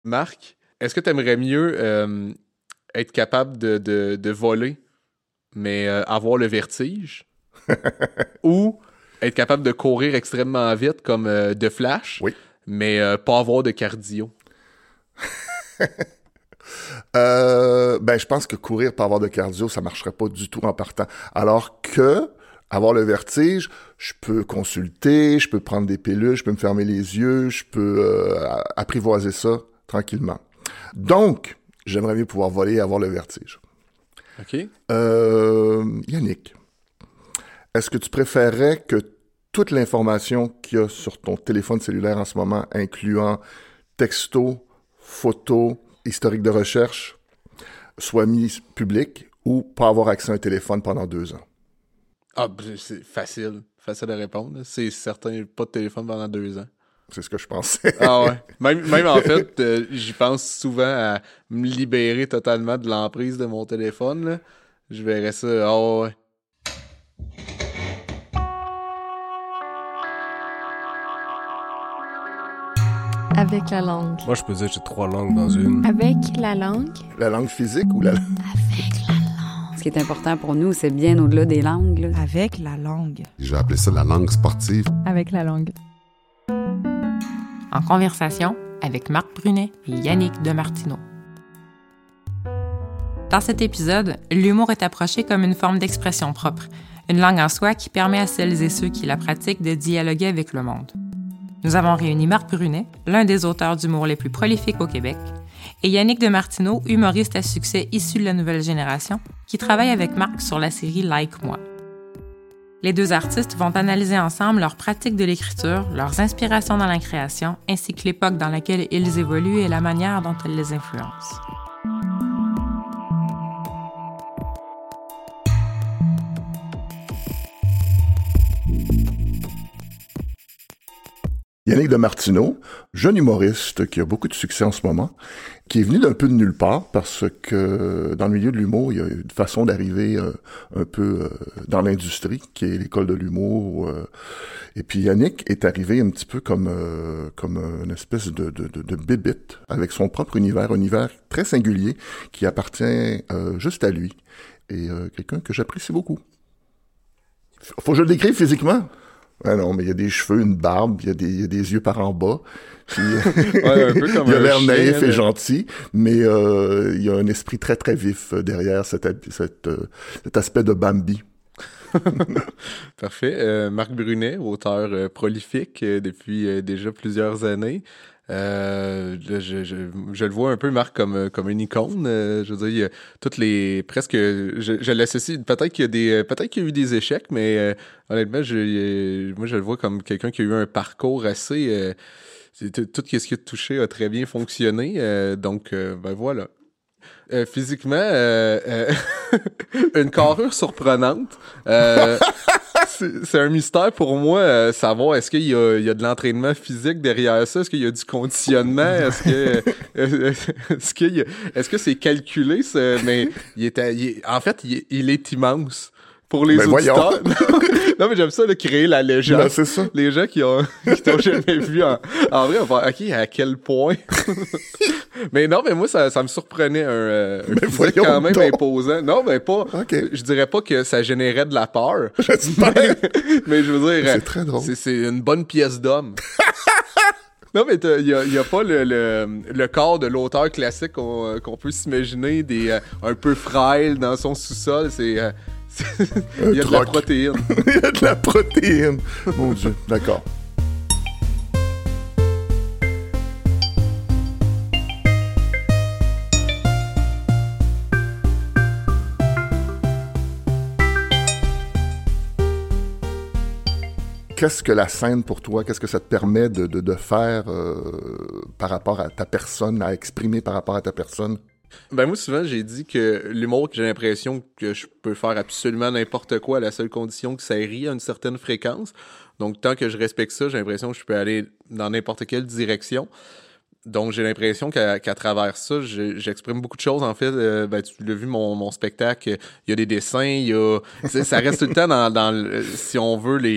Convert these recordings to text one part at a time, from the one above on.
Marc, est-ce que tu aimerais mieux être capable de voler, mais avoir le vertige, ou être capable de courir extrêmement vite comme de Flash, Oui. mais pas avoir de cardio? Je pense que courir pour avoir de cardio, ça marcherait pas du tout en partant. Alors que avoir le vertige, je peux consulter, je peux prendre des pilules, je peux me fermer les yeux, je peux apprivoiser ça tranquillement. Donc, j'aimerais mieux pouvoir voler et avoir le vertige. OK. Yannick, est-ce que tu préférerais que toute l'information qu'il y a sur ton téléphone cellulaire en ce moment, incluant texto, photos, historique de recherche, soit mise publique ou pas avoir accès à un téléphone pendant 2 ans? Ah, c'est facile. Facile à répondre. C'est certain, pas de téléphone pendant 2 ans. C'est ce que je pensais. Ah ouais. Même en fait, j'y pense souvent à me libérer totalement de l'emprise de mon téléphone, là. Je verrais ça. Ah ouais. Avec la langue. Moi, je peux dire que j'ai 3 langues dans une. Avec la langue. La langue physique ou la... Avec la langue. Ce qui est important pour nous, c'est bien au-delà des langues, là. Avec la langue. Je vais appeler ça la langue sportive. Avec la langue. En conversation avec Marc Brunet et Yannick Demartino. Dans cet épisode, l'humour est approché comme une forme d'expression propre, une langue en soi qui permet à celles et ceux qui la pratiquent de dialoguer avec le monde. Nous avons réuni Marc Brunet, l'un des auteurs d'humour les plus prolifiques au Québec, et Yannick Demartino, humoriste à succès issu de la nouvelle génération, qui travaille avec Marc sur la série Like Moi. Les deux artistes vont analyser ensemble leurs pratiques de l'écriture, leurs inspirations dans la création, ainsi que l'époque dans laquelle ils évoluent et la manière dont elles les influencent. Yannick Demartino, jeune humoriste qui a beaucoup de succès en ce moment, qui est venu d'un peu de nulle part parce que dans le milieu de l'humour, il y a une façon d'arriver un peu dans l'industrie, qui est l'école de l'humour. Et puis Yannick est arrivé un petit peu comme une espèce de bébite avec son propre univers, un univers très singulier qui appartient juste à lui. Et quelqu'un que j'apprécie beaucoup. Faut que je le décrive physiquement. Ah non, mais il y a des cheveux, une barbe, il y a des yeux par en bas. Puis, Ouais, un peu comme il a un l'air chien, naïf et là. gentil, mais il y a un esprit très très vif derrière cet aspect de Bambi. Parfait. Marc Brunet, auteur prolifique depuis déjà plusieurs années. Là, je le vois un peu, Marc, comme une icône. Je veux dire, il y a toutes les... Presque... Je l'associe... Peut-être qu'il y a eu des échecs, mais honnêtement, moi, je le vois comme quelqu'un qui a eu un parcours assez... tout ce qui a touché a très bien fonctionné. Donc, ben voilà. Physiquement, une carrure surprenante. C'est un mystère pour moi, savoir est-ce qu'il y a de l'entraînement physique derrière ça, est-ce qu'il y a du conditionnement, est-ce que c'est calculé, ça? Mais en fait, il est immense. Pour les auditeurs. Non, mais j'aime ça, là, créer la légende. Ben, c'est ça. Les gens qui t'ont jamais vu en vrai, on va faire, OK, à quel point? Mais non, mais moi, ça me surprenait un physique quand même donc. imposant. Non, mais pas... Okay. Je dirais pas que ça générait de la peur. J'espère. Mais je veux dire... C'est très drôle. C'est une bonne pièce d'homme. Non, mais il y a pas le corps de l'auteur classique qu'on peut s'imaginer, un peu frêle dans son sous-sol. Il y a de la protéine. Il y a de la protéine. Mon Dieu, d'accord. Qu'est-ce que la scène pour toi? Qu'est-ce que ça te permet de faire par rapport à ta personne, à exprimer par rapport à ta personne? Ben moi, souvent, j'ai dit que l'humour, j'ai l'impression que je peux faire absolument n'importe quoi à la seule condition que ça rit à une certaine fréquence. Donc, tant que je respecte ça, j'ai l'impression que je peux aller dans n'importe quelle direction. Donc, j'ai l'impression qu'à travers ça, j'exprime beaucoup de choses. En fait, tu l'as vu, mon spectacle, il y a des dessins, ça reste tout le temps dans si on veut,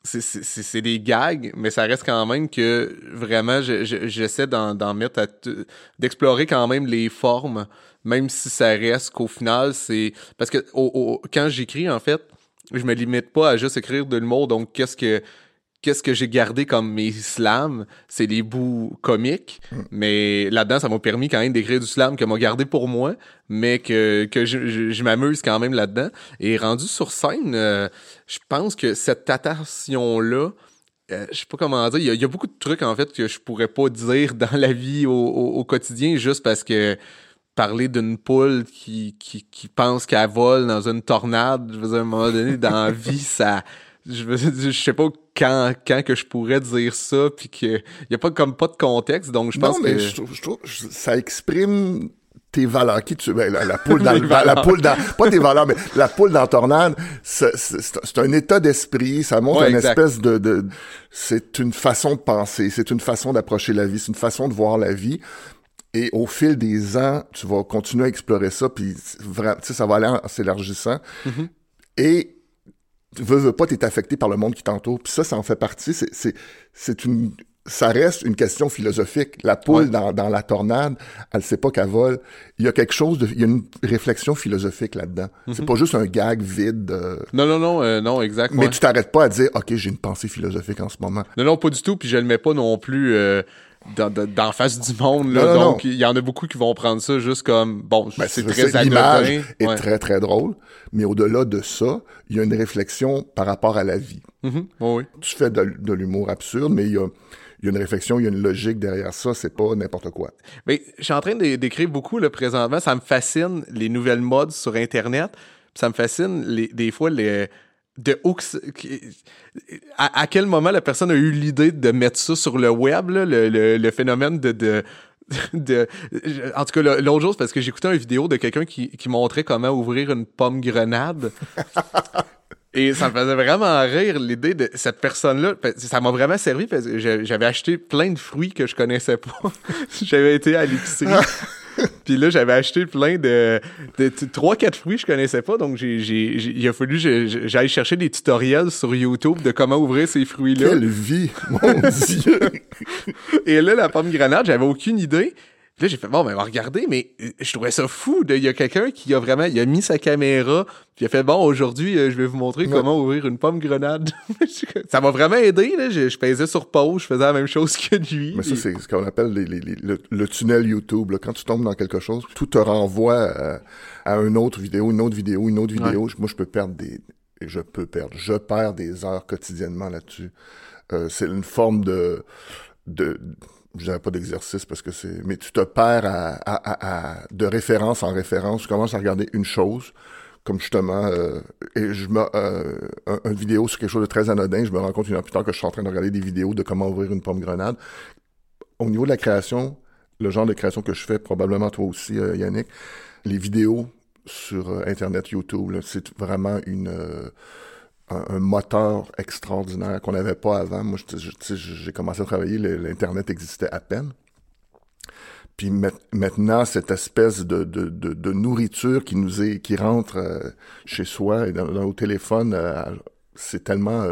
c'est des gags, mais ça reste quand même que vraiment j'essaie d'en mettre d'explorer quand même les formes, même si ça reste qu'au final c'est parce que quand j'écris en fait, je me limite pas à juste écrire de l'humour, donc qu'est-ce que j'ai gardé comme mes slams, c'est les bouts comiques, mais là-dedans, ça m'a permis quand même d'écrire du slam que m'a gardé pour moi, mais que je m'amuse quand même là-dedans. Et rendu sur scène, je pense que cette attention-là, je sais pas comment dire, il y a beaucoup de trucs en fait que je pourrais pas dire dans la vie au quotidien, juste parce que parler d'une poule qui pense qu'elle vole dans une tornade, je veux dire, à un moment donné, dans la vie, ça... Je sais pas quand que je pourrais dire ça, puis que y a pas de contexte, donc je pense que... Non, mais je trouve ça exprime tes valeurs. Qui tu... la poule dans la poule dans... Pas tes valeurs, mais la poule dans la tornade, c'est un état d'esprit, ça montre une espèce de... C'est une façon de penser, c'est une façon d'approcher la vie, c'est une façon de voir la vie. Et au fil des ans, tu vas continuer à explorer ça, puis vraiment, tu sais, ça va aller en s'élargissant. Mm-hmm. Et veux pas, t'es affecté par le monde qui t'entoure. Puis ça en fait partie. Ça reste une question philosophique. La poule dans la tornade, elle sait pas qu'elle vole. Il y a quelque chose il y a une réflexion philosophique là-dedans. Mm-hmm. C'est pas juste un gag vide. Non, exact. Mais tu t'arrêtes pas à dire, OK, j'ai une pensée philosophique en ce moment. Non, pas du tout. Puis je le mets pas non plus dans face du monde. Là, donc, il y en a beaucoup qui vont prendre ça juste comme, bon, c'est très anodin. L'image est très, très drôle. Mais au-delà de ça, il y a une réflexion par rapport à la vie. Mm-hmm. Oui. Tu fais de l'humour absurde, mais il y a une réflexion, il y a une logique derrière ça, c'est pas n'importe quoi. Mais je suis en train d'écrire beaucoup là, présentement. Ça me fascine les nouvelles modes sur Internet. Ça me fascine des fois à quel moment la personne a eu l'idée de mettre ça sur le web, là, le phénomène en tout cas, l'autre jour, c'est parce que j'écoutais une vidéo de quelqu'un qui montrait comment ouvrir une pomme grenade. Et ça me faisait vraiment rire, l'idée de cette personne-là. Ça m'a vraiment servi parce que j'avais acheté plein de fruits que je connaissais pas. J'avais été à l'épicerie. Puis là, j'avais acheté plein de 3-4 fruits que je connaissais pas. Donc, il a fallu que j'aille chercher des tutoriels sur YouTube de comment ouvrir ces fruits-là. Quelle vie, mon Dieu! Et là, la pomme grenade, j'avais aucune idée. Puis là, j'ai fait, bon, ben, on va regarder, mais je trouvais ça fou. Il y a quelqu'un qui a mis sa caméra, puis il a fait, bon, aujourd'hui, je vais vous montrer comment ouvrir une pomme grenade. Ça m'a vraiment aidé, là. Je pesais sur pause, je faisais la même chose que lui. Mais ça, c'est ce qu'on appelle le tunnel YouTube, là. Quand tu tombes dans quelque chose, tout te renvoie à une autre vidéo. Ouais. Moi, je perds des heures quotidiennement là-dessus. C'est une forme je dirais pas d'exercice parce que mais tu te perds de référence en référence. Tu commences à regarder une chose, comme justement, et une vidéo sur quelque chose de très anodin. Je me rends compte une heure plus tard que je suis en train de regarder des vidéos de comment ouvrir une pomme grenade. Au niveau de la création, le genre de création que je fais, probablement toi aussi, Yannick, les vidéos sur Internet, YouTube, là, c'est vraiment un moteur extraordinaire qu'on n'avait pas avant. Moi, j'ai commencé à travailler, l'Internet existait à peine. Puis maintenant, cette espèce de nourriture qui rentre chez soi et dans nos téléphones, c'est tellement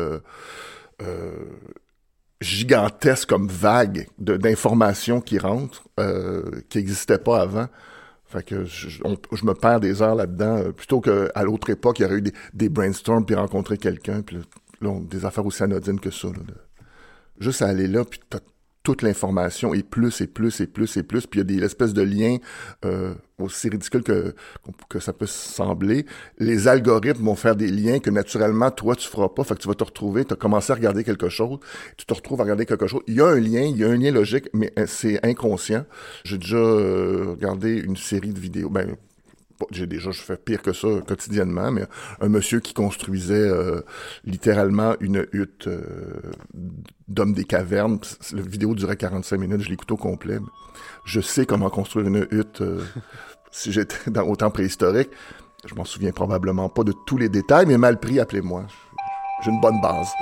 gigantesque comme vague d'informations qui rentrent, qui n'existaient pas avant. Fait que je me perds des heures là-dedans, plutôt qu'à l'autre époque, il y aurait eu des brainstorms, puis rencontrer quelqu'un, puis là, des affaires aussi anodines que ça. Là, juste à aller là, puis t'as toute l'information, et plus, puis il y a des espèces de liens aussi ridicules que ça peut sembler. Les algorithmes vont faire des liens que naturellement, toi, tu feras pas. Fait que tu vas te retrouver, tu as commencé à regarder quelque chose, tu te retrouves à regarder quelque chose. Il y a un lien logique, mais c'est inconscient. J'ai déjà regardé une série de vidéos, je fais pire que ça quotidiennement, mais un monsieur qui construisait littéralement une hutte d'homme des cavernes. La vidéo durait 45 minutes, je l'ai écouté au complet. Je sais comment construire une hutte si j'étais au temps préhistorique. Je m'en souviens probablement pas de tous les détails, mais mal pris, appelez-moi. J'ai une bonne base.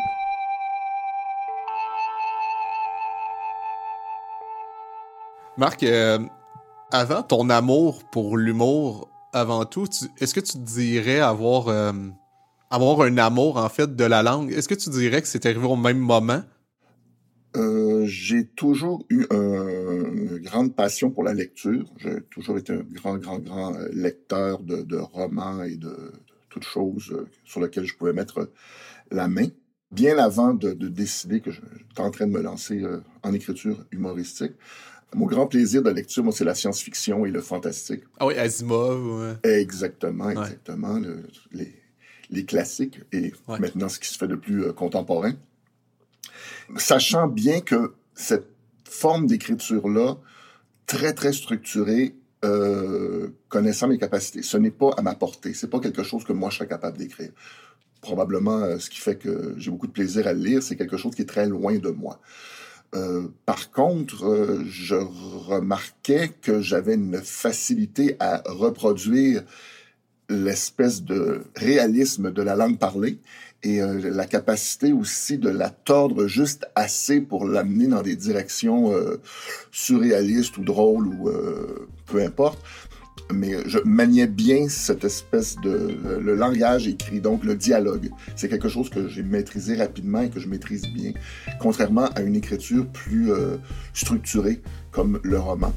Marc, avant ton amour pour l'humour, avant tout, est-ce que tu te dirais avoir avoir un amour, en fait, de la langue. Est-ce que tu dirais que c'est arrivé au même moment? J'ai toujours eu une grande passion pour la lecture. J'ai toujours été un grand lecteur de romans et de toutes choses sur lesquelles je pouvais mettre la main. Bien avant de décider que j'étais en train de me lancer en écriture humoristique, mon grand plaisir de lecture, moi, c'est la science-fiction et le fantastique. Ah oui, Asimov. Exactement. Ouais. Les classiques et Ouais. maintenant ce qui se fait de plus contemporain. Sachant bien que cette forme d'écriture-là, très, très structurée, connaissant mes capacités, ce n'est pas à ma portée. C'est pas quelque chose que moi, je serais capable d'écrire. Probablement, ce qui fait que j'ai beaucoup de plaisir à le lire, c'est quelque chose qui est très loin de moi. Par contre, je remarquais que j'avais une facilité à reproduire l'espèce de réalisme de la langue parlée et la capacité aussi de la tordre juste assez pour l'amener dans des directions surréalistes ou drôles ou peu importe. Mais je maniais bien cette espèce de le langage écrit, donc le dialogue. C'est quelque chose que j'ai maîtrisé rapidement et que je maîtrise bien, contrairement à une écriture plus structurée comme le roman.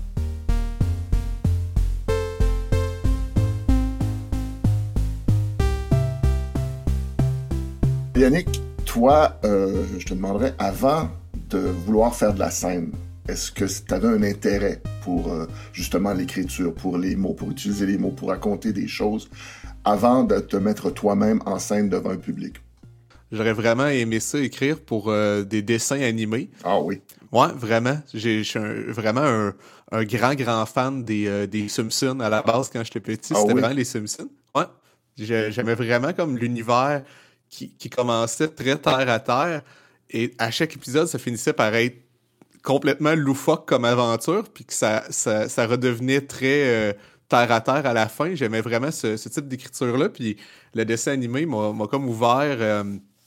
Yannick, toi, je te demanderais, avant de vouloir faire de la scène, est-ce que tu avais un intérêt pour justement l'écriture, pour les mots, pour utiliser les mots, pour raconter des choses, avant de te mettre toi-même en scène devant un public? J'aurais vraiment aimé ça écrire pour des dessins animés. Ah oui. Ouais, vraiment. Je suis vraiment un grand fan des Simpsons à la base quand j'étais petit. C'était vraiment les Simpsons. Ouais. J'aimais vraiment comme l'univers qui commençait très terre à terre. Et à chaque épisode, ça finissait par être complètement loufoque comme aventure, puis que ça redevenait très terre à terre à la fin. J'aimais vraiment ce type d'écriture-là. Puis le dessin animé m'a comme ouvert...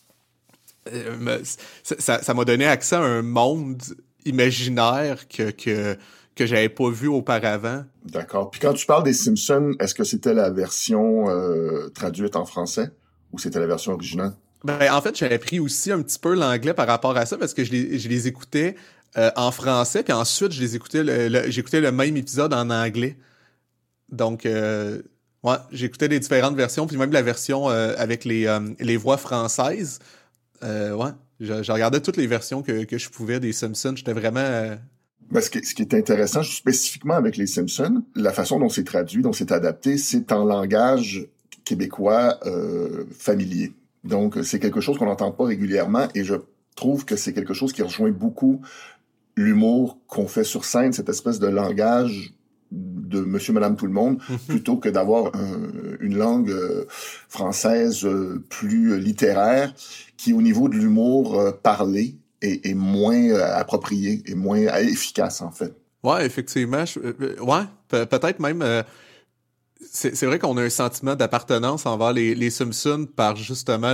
ça m'a donné accès à un monde imaginaire que j'avais pas vu auparavant. D'accord. Puis quand tu parles des Simpsons, est-ce que c'était la version traduite en français ou c'était la version originale? Ben, en fait, j'avais pris aussi un petit peu l'anglais par rapport à ça parce que je les écoutais en français, puis ensuite j'écoutais le même épisode en anglais. Donc, ouais, j'écoutais les différentes versions, puis même la version avec les voix françaises. Ouais, je regardais toutes les versions que je pouvais des Simpsons. J'étais vraiment... Ben, ce qui est intéressant, spécifiquement avec les Simpsons, la façon dont c'est traduit, dont c'est adapté, c'est en langage québécois familier. Donc, c'est quelque chose qu'on n'entend pas régulièrement et je trouve que c'est quelque chose qui rejoint beaucoup l'humour qu'on fait sur scène, cette espèce de langage de monsieur, madame, tout le monde, plutôt que d'avoir une langue française plus littéraire qui, au niveau de l'humour parlé, est moins approprié et moins efficace, en fait. Ouais, effectivement. Peut-être même... c'est vrai qu'on a un sentiment d'appartenance envers les Simpsons par justement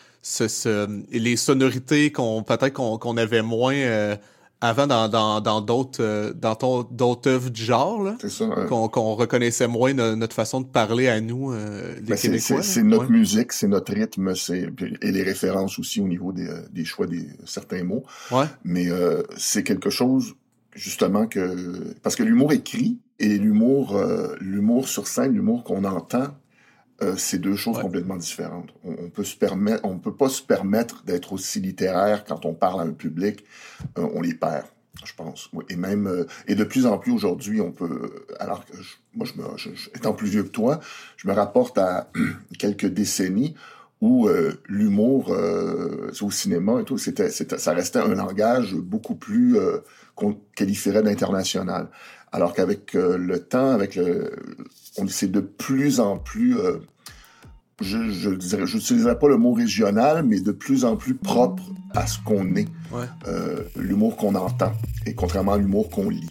les sonorités qu'on avait moins avant dans d'autres œuvres du genre, là. C'est ça. Qu'on reconnaissait moins notre façon de parler à nous, les Québécois. C'est notre musique, c'est notre rythme, et les références aussi au niveau des choix des certains mots. Ouais. Mais c'est quelque chose justement parce que l'humour écrit et l'humour sur scène, l'humour qu'on entend, c'est deux choses complètement différentes. On peut pas se permettre d'être aussi littéraire quand on parle à un public. On les perd, je pense. Et même et de plus en plus aujourd'hui, on peut. Alors que étant plus vieux que toi, je me rapporte à quelques décennies où l'humour au cinéma et tout, ça restait un langage beaucoup plus qu'on qualifierait d'international. Alors qu'avec le temps, c'est de plus en plus, j'utiliserais pas le mot régional, mais de plus en plus propre à ce qu'on est, l'humour qu'on entend, et contrairement à l'humour qu'on lit.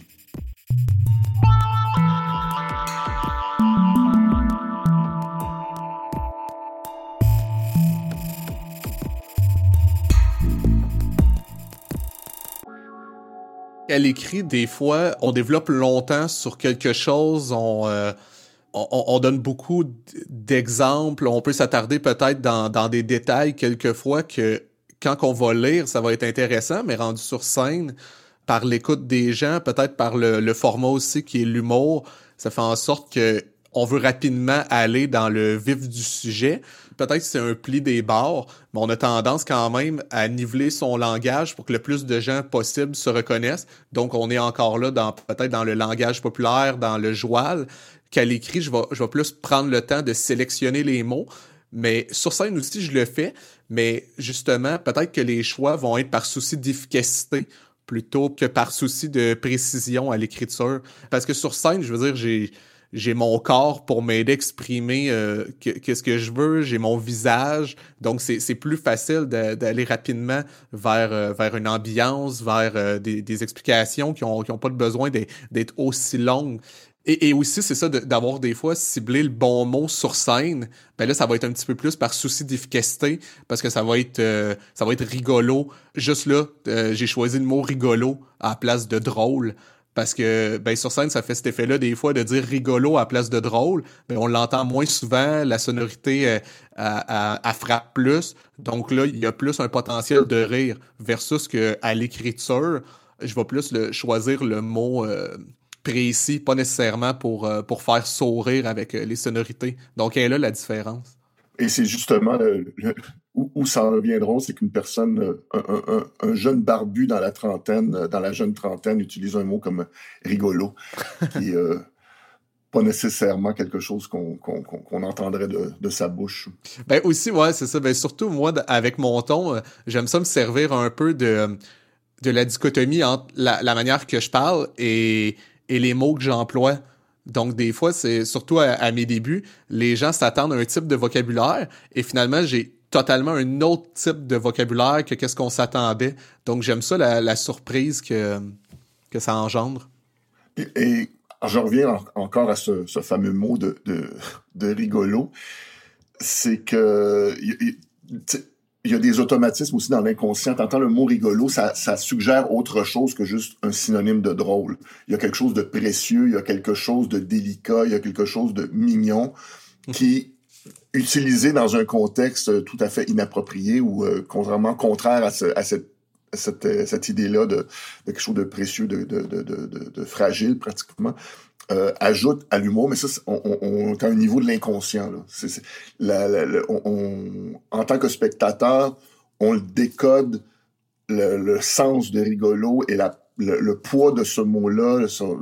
Elle écrit, des fois, on développe longtemps sur quelque chose, on donne beaucoup d'exemples. On peut s'attarder peut-être dans des détails quelquefois que quand on va lire, ça va être intéressant, mais rendu sur scène, par l'écoute des gens, peut-être par le format aussi qui est l'humour, ça fait en sorte que on veut rapidement aller dans le vif du sujet. Peut-être que c'est un pli des bords, mais on a tendance quand même à niveler son langage pour que le plus de gens possible se reconnaissent. Donc, on est encore là peut-être dans le langage populaire, dans le joual, qu'à l'écrit, je vais plus prendre le temps de sélectionner les mots. Mais sur scène aussi, je le fais. Mais justement, peut-être que les choix vont être par souci d'efficacité plutôt que par souci de précision à l'écriture. Parce que sur scène, je veux dire, j'ai mon corps pour m'aider à exprimer qu'est-ce que je veux, j'ai mon visage, donc c'est plus facile d'aller rapidement vers une ambiance, vers des explications qui ont pas de besoin d'être aussi longues. Et aussi, c'est ça, d'avoir des fois ciblé le bon mot sur scène. Ben là, ça va être un petit peu plus par souci d'efficacité, parce que ça va être rigolo. Juste là, j'ai choisi le mot rigolo à la place de drôle. Parce que ben sur scène, ça fait cet effet-là des fois de dire rigolo à la place de drôle. Ben, on l'entend moins souvent, la sonorité elle frappe plus. Donc là, il y a plus un potentiel de rire versus que à l'écriture, je vais plus choisir le mot précis, pas nécessairement pour faire sourire avec les sonorités. Donc elle est là la différence. Et c'est justement où ça en devient drôle, c'est qu'une personne, un jeune barbu dans la jeune trentaine, utilise un mot comme rigolo, qui est pas nécessairement quelque chose qu'on entendrait de sa bouche. Ben aussi, ouais, c'est ça. Ben surtout, moi, avec mon ton, j'aime ça me servir un peu de la dichotomie entre la manière que je parle et les mots que j'emploie. Donc, des fois, c'est surtout à mes débuts, les gens s'attendent à un type de vocabulaire et finalement, j'ai totalement un autre type de vocabulaire que qu'est-ce qu'on s'attendait. Donc, j'aime ça, la surprise que ça engendre. Et j'en reviens encore à ce fameux mot de rigolo. C'est que il y a des automatismes aussi dans l'inconscient. T'entends le mot rigolo, ça suggère autre chose que juste un synonyme de drôle. Il y a quelque chose de précieux, il y a quelque chose de délicat, il y a quelque chose de mignon qui, utilisé dans un contexte tout à fait inapproprié ou contrairement contraire à cette idée-là de quelque chose de précieux, de fragile pratiquement, ajoute à l'humour, mais ça, on est à un niveau de l'inconscient. Là. En tant que spectateur, on le décode, le sens de rigolo et le poids de ce mot-là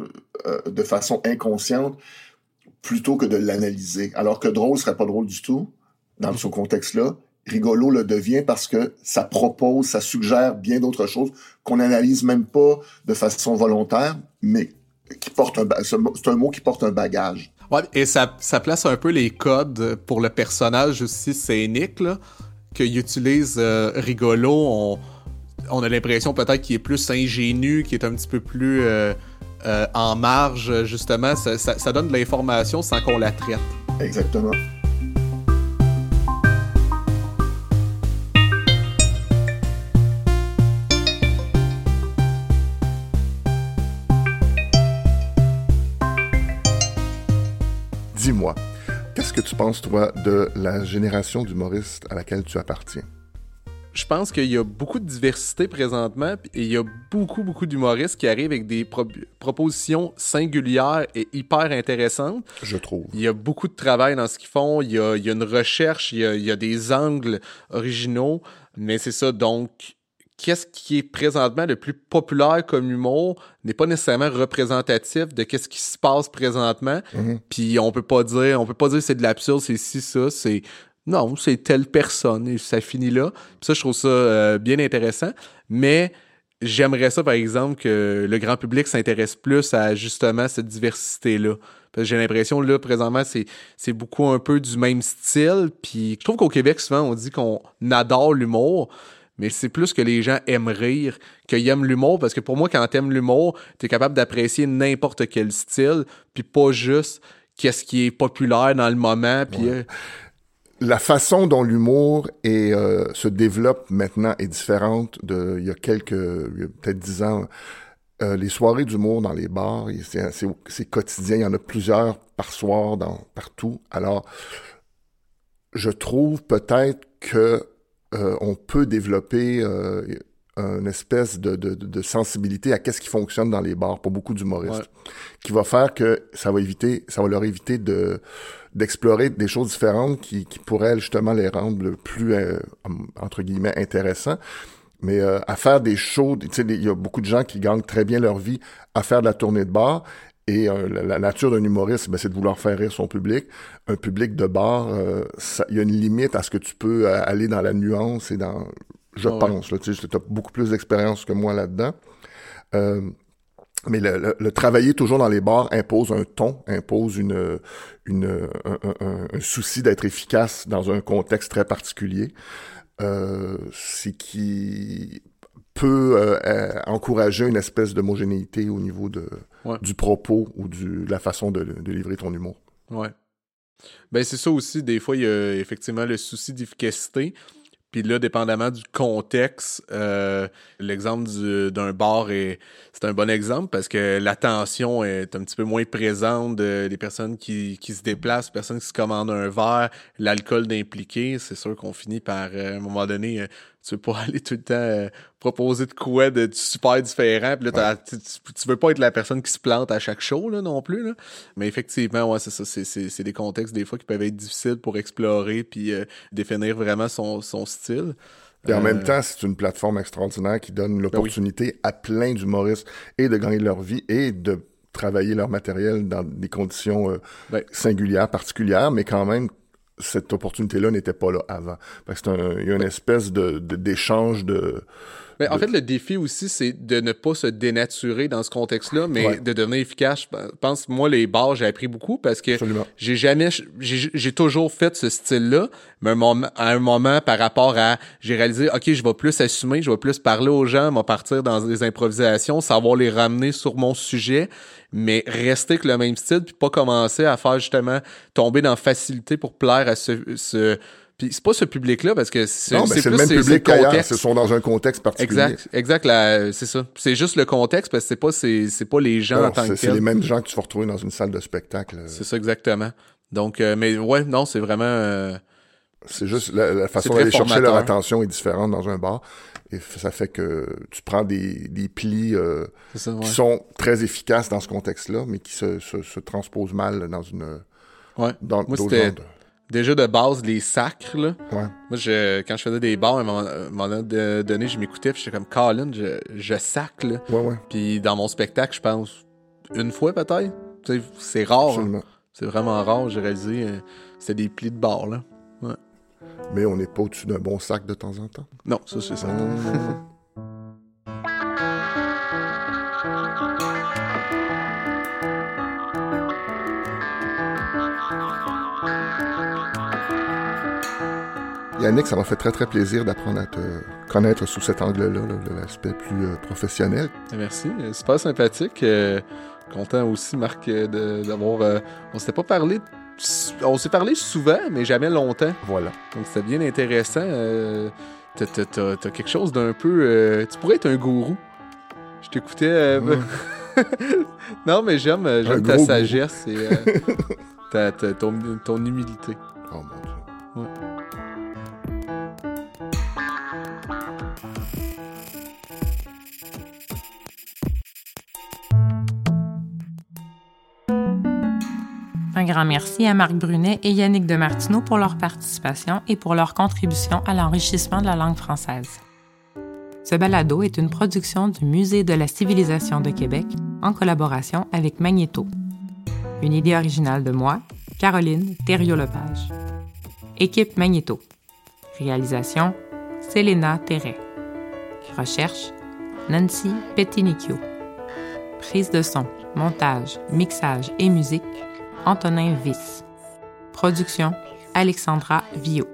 de façon inconsciente, plutôt que de l'analyser. Alors que drôle serait pas drôle du tout, dans ce contexte-là. Rigolo le devient parce que ça propose, ça suggère bien d'autres choses qu'on n'analyse même pas de façon volontaire, mais c'est un mot qui porte un bagage. Ouais, et ça place un peu les codes pour le personnage aussi scénique, là, qu'il utilise rigolo. On a l'impression peut-être qu'il est plus ingénu, qu'il est un petit peu plus en marge, justement. Ça donne de l'information sans qu'on la traite. Exactement. Dis-moi, qu'est-ce que tu penses, toi, de la génération d'humoristes à laquelle tu appartiens? Je pense qu'il y a beaucoup de diversité présentement et il y a beaucoup d'humoristes qui arrivent avec des propositions singulières et hyper intéressantes. Je trouve. Il y a beaucoup de travail dans ce qu'ils font, il y a une recherche, il y a des angles originaux, mais c'est ça, donc qu'est-ce qui est présentement le plus populaire comme humour n'est pas nécessairement représentatif de qu'est-ce qui se passe présentement. Puis on peut pas dire c'est de l'absurde, c'est ci, ça, c'est... Non, c'est telle personne et ça finit là. Puis ça, je trouve ça bien intéressant. Mais j'aimerais ça, par exemple, que le grand public s'intéresse plus à justement cette diversité-là. Parce que j'ai l'impression, là, présentement, c'est beaucoup un peu du même style. Puis je trouve qu'au Québec, souvent, on dit qu'on adore l'humour. Mais c'est plus que les gens aiment rire, qu'ils aiment l'humour. Parce que pour moi, quand t'aimes l'humour, t'es capable d'apprécier n'importe quel style. Puis pas juste qu'est-ce qui est populaire dans le moment. Puis... Ouais. La façon dont l'humour se développe maintenant est différente il y a peut-être 10 ans. Les soirées d'humour dans les bars, c'est quotidien. Il y en a plusieurs par soir partout. Alors, je trouve peut-être que on peut développer une espèce de sensibilité à qu'est-ce qui fonctionne dans les bars pour beaucoup d'humoristes, qui va faire que ça va leur éviter d'explorer des choses différentes qui pourraient justement les rendre plus entre guillemets intéressants. Mais à faire des shows, tu sais, il y a beaucoup de gens qui gagnent très bien leur vie à faire de la tournée de bar. Et la nature d'un humoriste, c'est de vouloir faire rire son public. Un public de bar, il y a une limite à ce que tu peux aller dans la nuance et dans... Je pense, là, tu sais, tu as beaucoup plus d'expérience que moi là-dedans. Mais le travailler toujours dans les bars impose un ton, impose un souci d'être efficace dans un contexte très particulier. C'est qui peut encourager une espèce d'homogénéité au niveau du propos ou de la façon de livrer ton humour. Ouais. Ben c'est ça aussi, des fois, il y a effectivement le souci d'efficacité. Puis là, dépendamment du contexte, l'exemple d'un bar, c'est un bon exemple parce que l'attention est un petit peu moins présente des personnes qui se déplacent, personnes qui se commandent un verre, l'alcool d'impliqué. C'est sûr qu'on finit par, à un moment donné, tu veux pas aller tout le temps proposer de quoi de super différent. Puis là, tu veux pas être la personne qui se plante à chaque show là, non plus. Là. Mais effectivement, ouais, c'est ça. C'est des contextes des fois qui peuvent être difficiles pour explorer puis définir vraiment son style. Et en même temps, c'est une plateforme extraordinaire qui donne l'opportunité à plein d'humoristes et de gagner leur vie et de travailler leur matériel dans des conditions singulières, particulières, mais quand même, cette opportunité-là n'était pas là avant. Parce que il y a une espèce d'échange Mais en fait, le défi aussi, c'est de ne pas se dénaturer dans ce contexte-là, mais de devenir efficace. Je pense, moi, les bars, j'ai appris beaucoup parce que j'ai toujours fait ce style-là, mais à un moment, par rapport à, j'ai réalisé, OK, je vais plus assumer, je vais plus parler aux gens, m'en partir dans des improvisations, savoir les ramener sur mon sujet, mais rester avec le même style, puis pas commencer à faire justement tomber dans facilité pour plaire à ce puis c'est pas ce public-là, parce que c'est le même public qu'ailleurs. Ils sont dans un contexte particulier. Exact, c'est ça. C'est juste le contexte, parce que c'est pas les gens en tant que tels. C'est les mêmes gens que tu vas retrouver dans une salle de spectacle. C'est ça, exactement. Donc, mais ouais, non, c'est vraiment... c'est juste la façon d'aller chercher leur attention est différente dans un bar. Et ça fait que tu prends des plis qui sont très efficaces dans ce contexte-là, mais qui se transposent mal dans une... dans moi, c'était... Déjà de base, les sacres, là. Ouais. Moi, quand je faisais des bars, à un moment donné, je m'écoutais, puis j'étais comme, Colin, je sac, là. Ouais. Puis dans mon spectacle, je pense, une fois peut-être. Tu sais, c'est rare. Hein. C'est vraiment rare, j'ai réalisé. C'était des plis de bar, là. Ouais. Mais on n'est pas au-dessus d'un bon sac de temps en temps. Non, ça, c'est ça. Yannick, ça m'a fait très, très plaisir d'apprendre à te connaître sous cet angle-là, l'aspect plus professionnel. Merci, super sympathique. Content aussi, Marc, d'avoir... on s'était pas parlé... On s'est parlé souvent, mais jamais longtemps. Voilà. Donc, c'était bien intéressant. T'as quelque chose d'un peu... tu pourrais être un gourou. Je t'écoutais... Non, mais j'aime ta sagesse et ton humilité. Oh, mon Dieu. Ouais. Un grand merci à Marc Brunet et Yannick Demartino pour leur participation et pour leur contribution à l'enrichissement de la langue française. Ce balado est une production du Musée de la civilisation de Québec en collaboration avec Magnéto. Une idée originale de moi, Caroline Thériault-Lepage. Équipe Magnéto. Réalisation, Célena Terret. Recherche, Nancy Pettinicchio. Prise de son, montage, mixage et musique, Antonin Vyss. Production, Alexandra Viau.